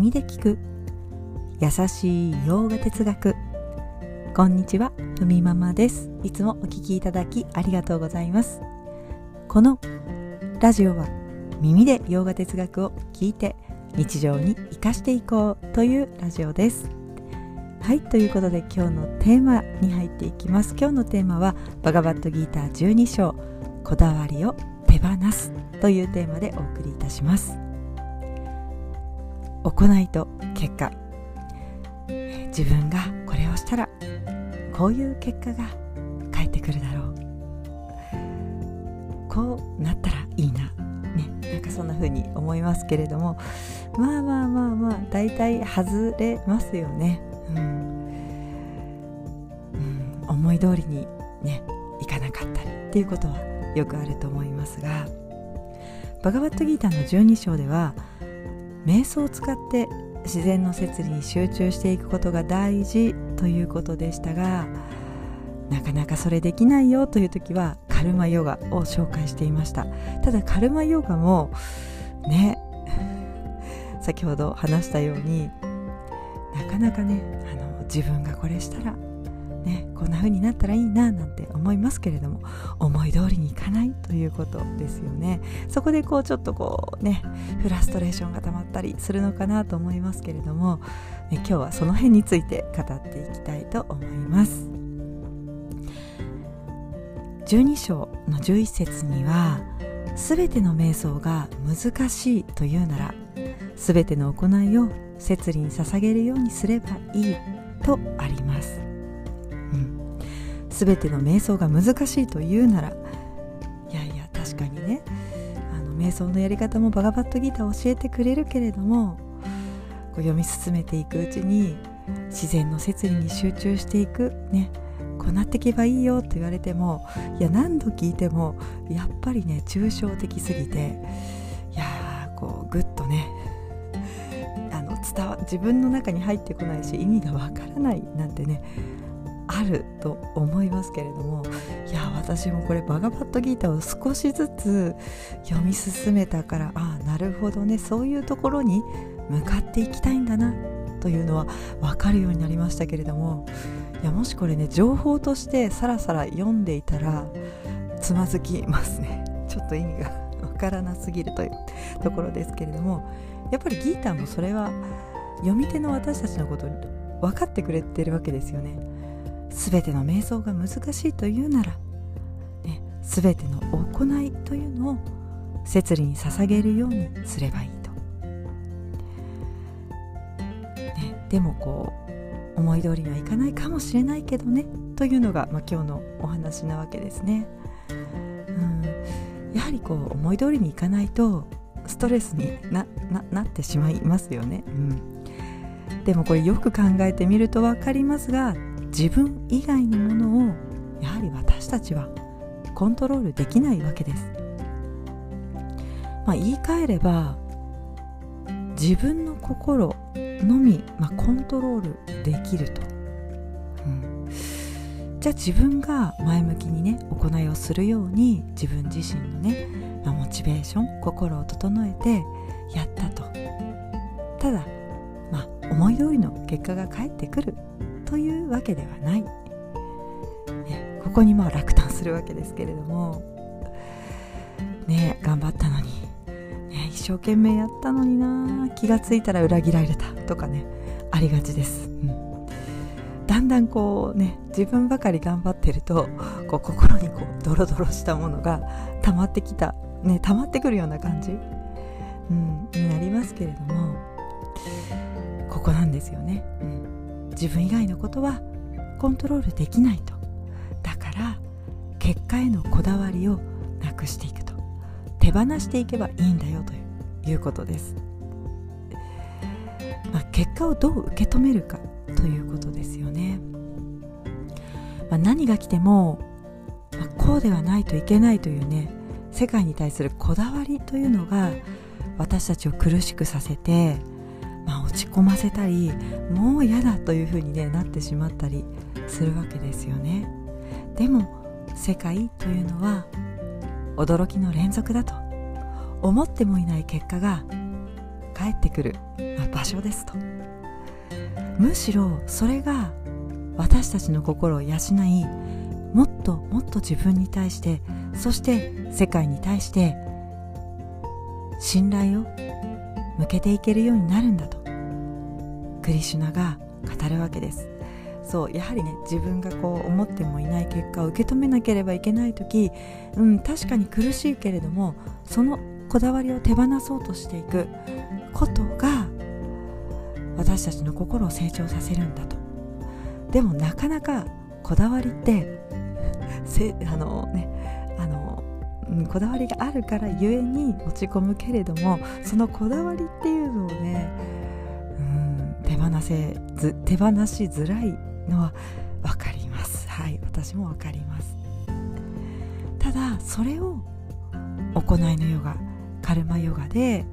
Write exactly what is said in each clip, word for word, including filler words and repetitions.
耳で聞く優しい洋画哲学。こんにちは、ふみママです。いつもお聞きいただきありがとうございます。このラジオは耳で洋画哲学を聞いて日常に生かしていこうというラジオです。はい、ということで今日のテーマに入っていきます。今日のテーマはバガバットギーターじゅうに章、こだわりを手放すというテーマでお送りいたします。行いと結果、自分がこれをしたらこういう結果が返ってくるだろう、こうなったらいいな、ね、なんかそんな風に思いますけれども、まあまあまあまあだいたい外れますよね。うんうん、思い通りにねいかなかったりっていうことはよくあると思いますが、バガバットギーターのじゅうに章では瞑想を使って自然の摂理に集中していくことが大事ということでしたが、なかなかそれできないよという時はカルマヨガを紹介していました。ただカルマヨガもね、先ほど話したようになかなかね、あの自分がこれしたらね、こんな風になったらいいななんて思いますけれども、思い通りにいかないということですよね。そこでこうちょっとこうねフラストレーションが溜まったりするのかなと思いますけれども、ね、今日はその辺について語っていきたいと思います。じゅうに章のじゅういっ節には、すべての瞑想が難しいというならすべての行いを摂理に捧げるようにすればいいとあります。すべての瞑想が難しいというなら、いやいや確かにね、あの瞑想のやり方もバガバットギーターを教えてくれるけれども、こう読み進めていくうちに自然の摂理に集中していくね、こうなっていけばいいよと言われても、いや何度聞いてもやっぱりね抽象的すぎて、いやこうぐっとねあの伝わ自分の中に入ってこないし、意味がわからないなんてねあると思いますけれども、いや私もこれバガバットギーターを少しずつ読み進めたから、ああなるほどね、そういうところに向かっていきたいんだなというのは分かるようになりましたけれども、いやもしこれね情報としてさらさら読んでいたらつまずきますね。ちょっと意味が分からなすぎるというところですけれども、やっぱりギーターもそれは読み手の私たちのことを分かってくれてるわけですよね。すべての瞑想が難しいというなら、ね、すべての行いというのを摂理に捧げるようにすればいいと、ね、でもこう思い通りにはいかないかもしれないけどねというのが、まあ、今日のお話なわけですね。うん、やはりこう思い通りにいかないとストレスに な, な, なってしまいますよね。うん、でもこれよく考えてみると分かりますが、自分以外のものをやはり私たちはコントロールできないわけです。まあ、言い換えれば自分の心のみ、まあ、コントロールできると、うん、じゃあ自分が前向きにね行いをするように自分自身のね、まあ、モチベーション心を整えてやったと、ただ、まあ、思い通りの結果が返ってくるというわけではない、ね、ここにまあ落胆するわけですけれども、ね、頑張ったのに、ね、一生懸命やったのにな、気がついたら裏切られたとかね、ありがちです。うん、だんだんこうね自分ばかり頑張ってると、こう心にこうドロドロしたものが溜まってきた、ね、溜まってくるような感じ、うん、になりますけれども、ここなんですよね。うん、自分以外のことはコントロールできないと。だから結果へのこだわりをなくしていくと、手放していけばいいんだよということです。まあ、結果をどう受け止めるかということですよね。まあ、何が来ても、まあ、こうではないといけないというね、世界に対するこだわりというのが私たちを苦しくさせて、まあ、落ち込ませたり、もう嫌だというふうに、ね、なってしまったりするわけですよね。でも世界というのは驚きの連続だと、思ってもいない結果が返ってくる、まあ、場所ですと。むしろそれが私たちの心を養い、もっともっと自分に対して、そして世界に対して信頼を向けていけるようになるんだとクリシュナが語るわけです。そう、やはりね、自分がこう思ってもいない結果を受け止めなければいけないとき、うん、確かに苦しいけれども、そのこだわりを手放そうとしていくことが私たちの心を成長させるんだと。でもなかなかこだわりってせあのねあの、うん、こだわりがあるからゆえに落ち込むけれども、そのこだわりっていうのをね、うん、手放せず手放しづらいのは分かります。はい、私も分かります。ただそれを行いのヨガ、カルマヨガで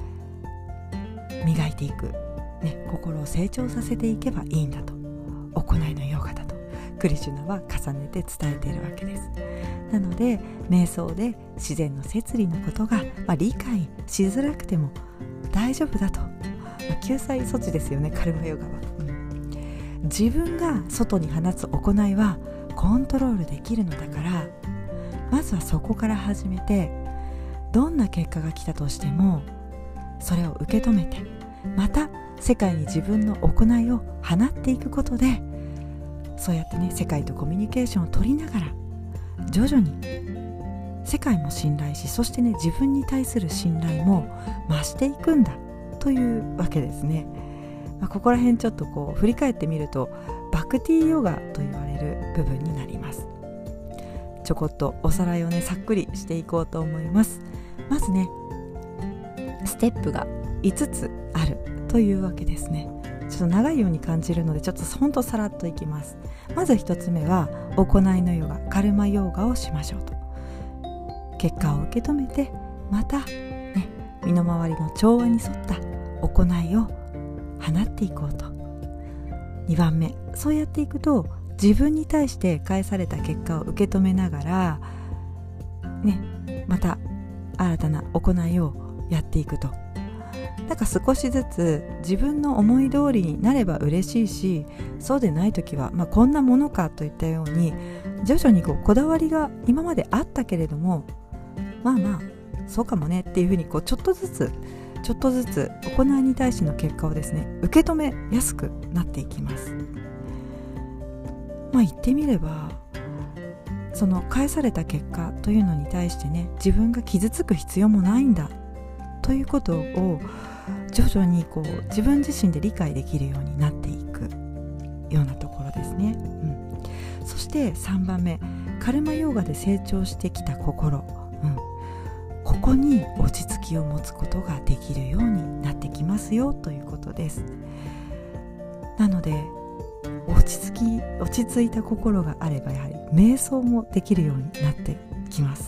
磨いていく、ね、心を成長させていけばいいんだと、行いのヨガだとクリシュナは重ねて伝えているわけです。なので瞑想で自然の摂理のことが、まあ、理解しづらくても大丈夫だと、まあ、救済措置ですよね、カルマヨガは、うん、自分が外に放つ行いはコントロールできるのだから、まずはそこから始めて、どんな結果が来たとしてもそれを受け止めて、また世界に自分の行いを放っていくことで、そうやってね、世界とコミュニケーションを取りながら徐々に世界も信頼し、そしてね、自分に対する信頼も増していくんだというわけですね。まあ、ここら辺ちょっとこう振り返ってみると、バクティヨガと言われる部分になります。ちょこっとおさらいをね、さっくりしていこうと思います。まずね、ステップがいつつあるというわけですね。ちょっと長いように感じるので、ちょっとほんとさらっといきます。まず一つ目は、行いのヨガ、カルマヨガをしましょうと。結果を受け止めて、また、ね、身の回りの調和に沿った行いを放っていこうと。にばんめ、そうやっていくと、自分に対して返された結果を受け止めながら、ね、また新たな行いをやっていくと。なんか少しずつ自分の思い通りになれば嬉しいし、そうでない時は、まあ、こんなものかといったように、徐々にこうこだわりが今まであったけれども、まあまあそうかもねっていうふうに、こうちょっとずつちょっとずつ行いに対しての結果をですね、受け止めやすくなっていきます。まあ言ってみれば、その返された結果というのに対してね、自分が傷つく必要もないんだということを徐々にこう自分自身で理解できるようになっていくようなところですね、うん、そしてさんばんめ、カルマヨガで成長してきた心、うん、ここに落ち着きを持つことができるようになってきますよということです。なので落ち着き落ち着いた心があれば、やはり瞑想もできるようになってきます。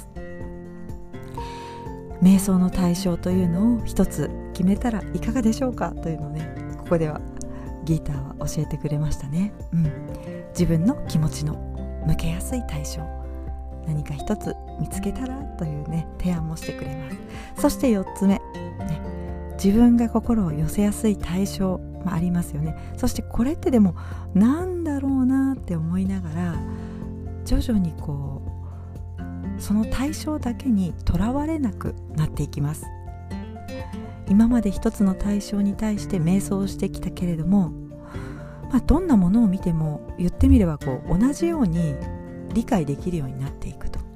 瞑想の対象というのを一つ決めたらいかがでしょうかというのをね、ここではギーターは教えてくれましたね、うん、自分の気持ちの向けやすい対象、何か一つ見つけたらというね、提案もしてくれます。そしてよっつめ、ね、自分が心を寄せやすい対象、まあ、ありますよね。そしてこれってでもなんだろうなって思いながら、徐々にこうその対象だけにとらわれなくなっていきます。今まで一つの対象に対して瞑想してきたけれども、まあ、どんなものを見ても言ってみればこう同じように理解できるようになっていくと。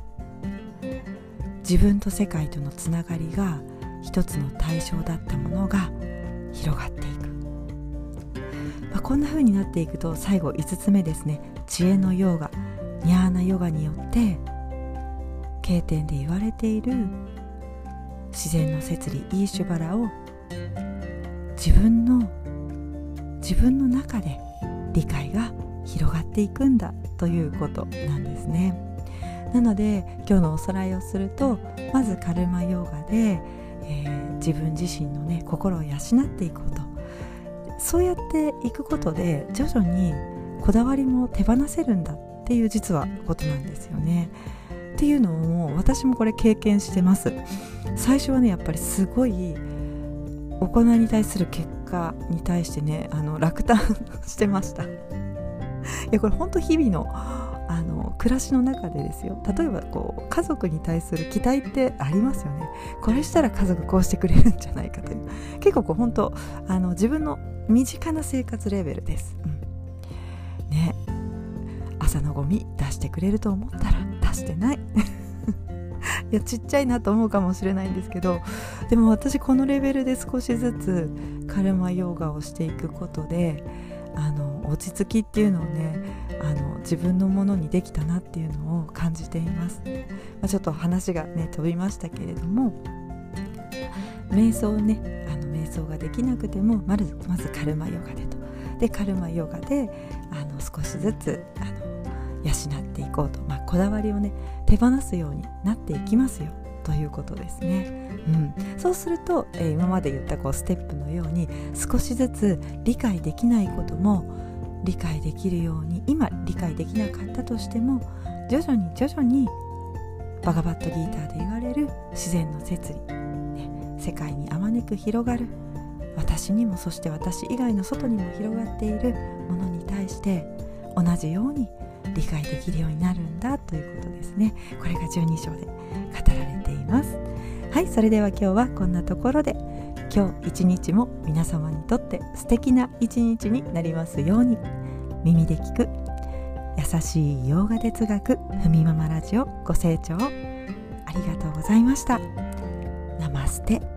自分と世界とのつながりが一つの対象だったものが広がっていく、まあ、こんな風になっていくと、最後いつつめですね、知恵のヨガ、ニャーナヨガによって経典で言われている自然の摂理イーシュバラを自分の自分の中で理解が広がっていくんだということなんですね。なので今日のおさらいをすると、まずカルマヨガで、えー、自分自身のね心を養っていこうと。そうやっていくことで徐々にこだわりも手放せるんだっていう実はことなんですよね。っていうのを私もこれ経験してます。最初はねやっぱりすごい行いに対する結果に対してねあの落胆してました。いやこれ本当日々のあの暮らしの中でですよ。例えばこう家族に対する期待ってありますよね。これしたら家族こうしてくれるんじゃないかという、結構こう本当あの自分の身近な生活レベルです、うん、ね。朝のゴミ出してくれると思ったら出してないいやちっちゃいなと思うかもしれないんですけど、でも私このレベルで少しずつカルマヨガをしていくことであの落ち着きっていうのをねあの自分のものにできたなっていうのを感じています、まあ、ちょっと話がね飛びましたけれども、瞑想ねあの瞑想ができなくてもまず、まずカルマヨガでとでカルマヨガであの少しずつあの養っていこうと、まあ、こだわりをね手放すようになっていきますよということですね、うん、そうすると、えー、今まで言ったこうステップのように少しずつ理解できないことも理解できるように、今理解できなかったとしても徐々に徐々にバガバットギーターで言われる自然の摂理、ね、世界にあまねく広がる私にもそして私以外の外にも広がっているものに対して同じように理解できるようになるんだということですね。これがじゅうに章で語られています。はい、それでは今日はこんなところで、今日一日も皆様にとって素敵な一日になりますように。耳で聞く優しい洋画哲学ふみママラジオご清聴ありがとうございました。ナマステ。